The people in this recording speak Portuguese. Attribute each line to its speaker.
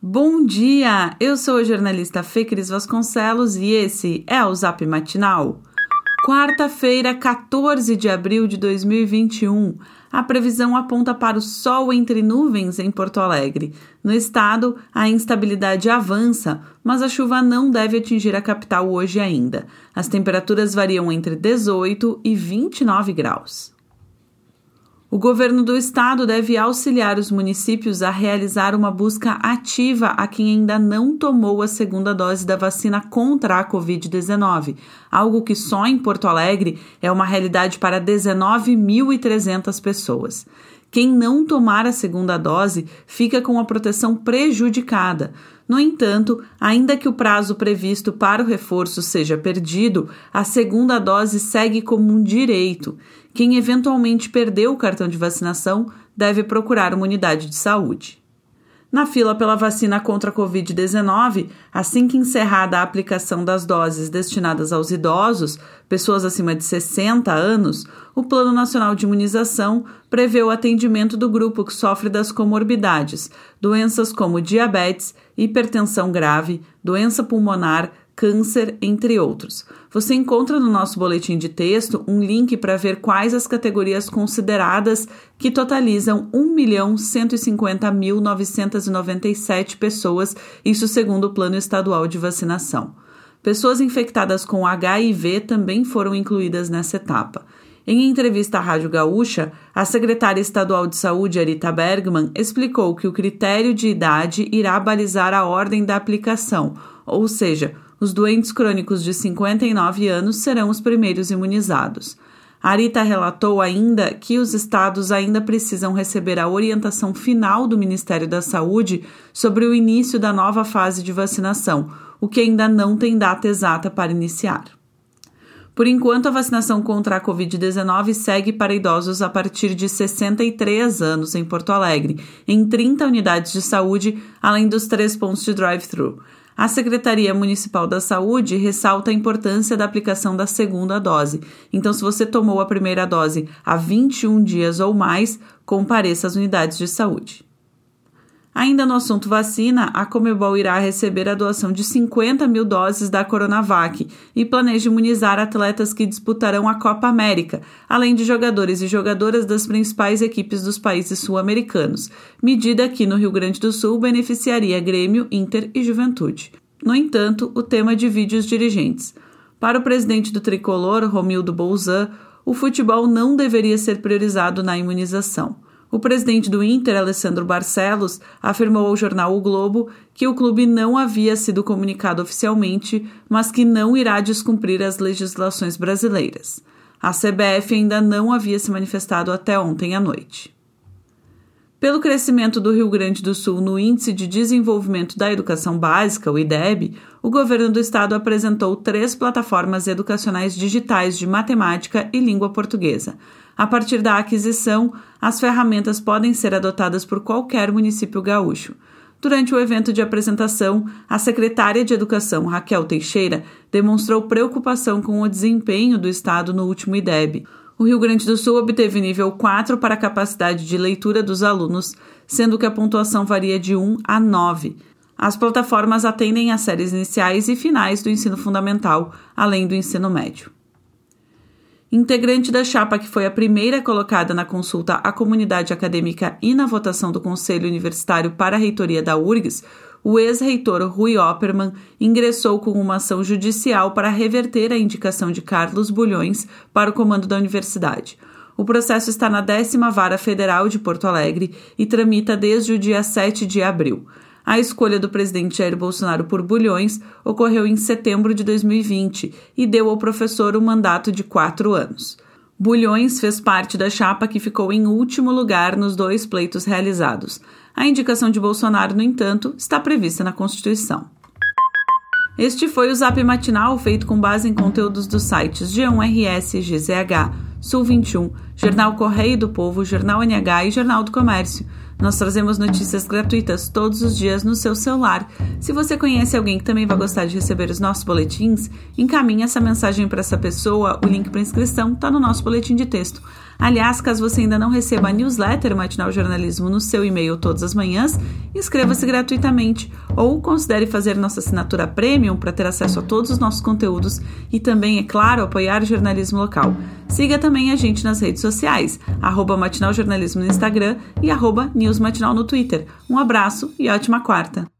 Speaker 1: Bom dia! Eu sou a jornalista Fê Cris Vasconcelos e esse é o Zap Matinal. Quarta-feira, 14 de abril de 2021. A previsão aponta para o sol entre nuvens em Porto Alegre. No estado, a instabilidade avança, mas a chuva não deve atingir a capital hoje ainda. As temperaturas variam entre 18 e 29 graus. O governo do estado deve auxiliar os municípios a realizar uma busca ativa a quem ainda não tomou a segunda dose da vacina contra a Covid-19, algo que só em Porto Alegre é uma realidade para 19.300 pessoas. Quem não tomar a segunda dose fica com a proteção prejudicada. No entanto, ainda que o prazo previsto para o reforço seja perdido, a segunda dose segue como um direito. Quem eventualmente perdeu o cartão de vacinação deve procurar uma unidade de saúde. Na fila pela vacina contra a Covid-19, assim que encerrada a aplicação das doses destinadas aos idosos, pessoas acima de 60 anos, o Plano Nacional de Imunização prevê o atendimento do grupo que sofre das comorbidades, doenças como diabetes, hipertensão grave, doença pulmonar, câncer, entre outros. Você encontra no nosso boletim de texto um link para ver quais as categorias consideradas, que totalizam 1.150.997 pessoas, isso segundo o Plano Estadual de Vacinação. Pessoas infectadas com HIV também foram incluídas nessa etapa. Em entrevista à Rádio Gaúcha, a secretária estadual de saúde, Arita Bergman, explicou que o critério de idade irá balizar a ordem da aplicação, ou seja, os doentes crônicos de 59 anos serão os primeiros imunizados. A Arita relatou ainda que os estados ainda precisam receber a orientação final do Ministério da Saúde sobre o início da nova fase de vacinação, o que ainda não tem data exata para iniciar. Por enquanto, a vacinação contra a Covid-19 segue para idosos a partir de 63 anos em Porto Alegre, em 30 unidades de saúde, além dos 3 pontos de drive-thru. A Secretaria Municipal da Saúde ressalta a importância da aplicação da segunda dose. Então, se você tomou a primeira dose há 21 dias ou mais, compareça às unidades de saúde. Ainda no assunto vacina, a Conmebol irá receber a doação de 50 mil doses da Coronavac e planeja imunizar atletas que disputarão a Copa América, além de jogadores e jogadoras das principais equipes dos países sul-americanos, medida que no Rio Grande do Sul beneficiaria Grêmio, Inter e Juventude. No entanto, o tema divide os dirigentes. Para o presidente do Tricolor, Romildo Bolzan, o futebol não deveria ser priorizado na imunização. O presidente do Inter, Alessandro Barcelos, afirmou ao jornal O Globo que o clube não havia sido comunicado oficialmente, mas que não irá descumprir as legislações brasileiras. A CBF ainda não havia se manifestado até ontem à noite. Pelo crescimento do Rio Grande do Sul no Índice de Desenvolvimento da Educação Básica, o IDEB, o governo do estado apresentou 3 plataformas educacionais digitais de matemática e língua portuguesa. A partir da aquisição, as ferramentas podem ser adotadas por qualquer município gaúcho. Durante o evento de apresentação, a secretária de Educação, Raquel Teixeira, demonstrou preocupação com o desempenho do estado no último IDEB. O Rio Grande do Sul obteve nível 4 para a capacidade de leitura dos alunos, sendo que a pontuação varia de 1 a 9. As plataformas atendem às séries iniciais e finais do ensino fundamental, além do ensino médio. Integrante da chapa que foi a primeira colocada na consulta à comunidade acadêmica e na votação do Conselho Universitário para a reitoria da URGS, o ex-reitor Rui Oppermann ingressou com uma ação judicial para reverter a indicação de Carlos Bulhões para o comando da universidade. O processo está na 10ª Vara Federal de Porto Alegre e tramita desde o dia 7 de abril. A escolha do presidente Jair Bolsonaro por Bulhões ocorreu em setembro de 2020 e deu ao professor um mandato de 4 anos. Bulhões fez parte da chapa que ficou em último lugar nos 2 pleitos realizados. A indicação de Bolsonaro, no entanto, está prevista na Constituição. Este foi o Zap Matinal, feito com base em conteúdos dos sites G1RS, GZH, Sul 21, Jornal Correio do Povo, Jornal NH e Jornal do Comércio. Nós trazemos notícias gratuitas todos os dias no seu celular. Se você conhece alguém que também vai gostar de receber os nossos boletins, encaminhe essa mensagem para essa pessoa. O link para inscrição está no nosso boletim de texto. Aliás, caso você ainda não receba a newsletter Matinal Jornalismo no seu e-mail todas as manhãs, inscreva-se gratuitamente ou considere fazer nossa assinatura premium para ter acesso a todos os nossos conteúdos e também, é claro, apoiar o jornalismo local. Siga também a gente nas redes sociais, @Matinal Jornalismo no Instagram e @Newsmatinal no Twitter. Um abraço e ótima quarta!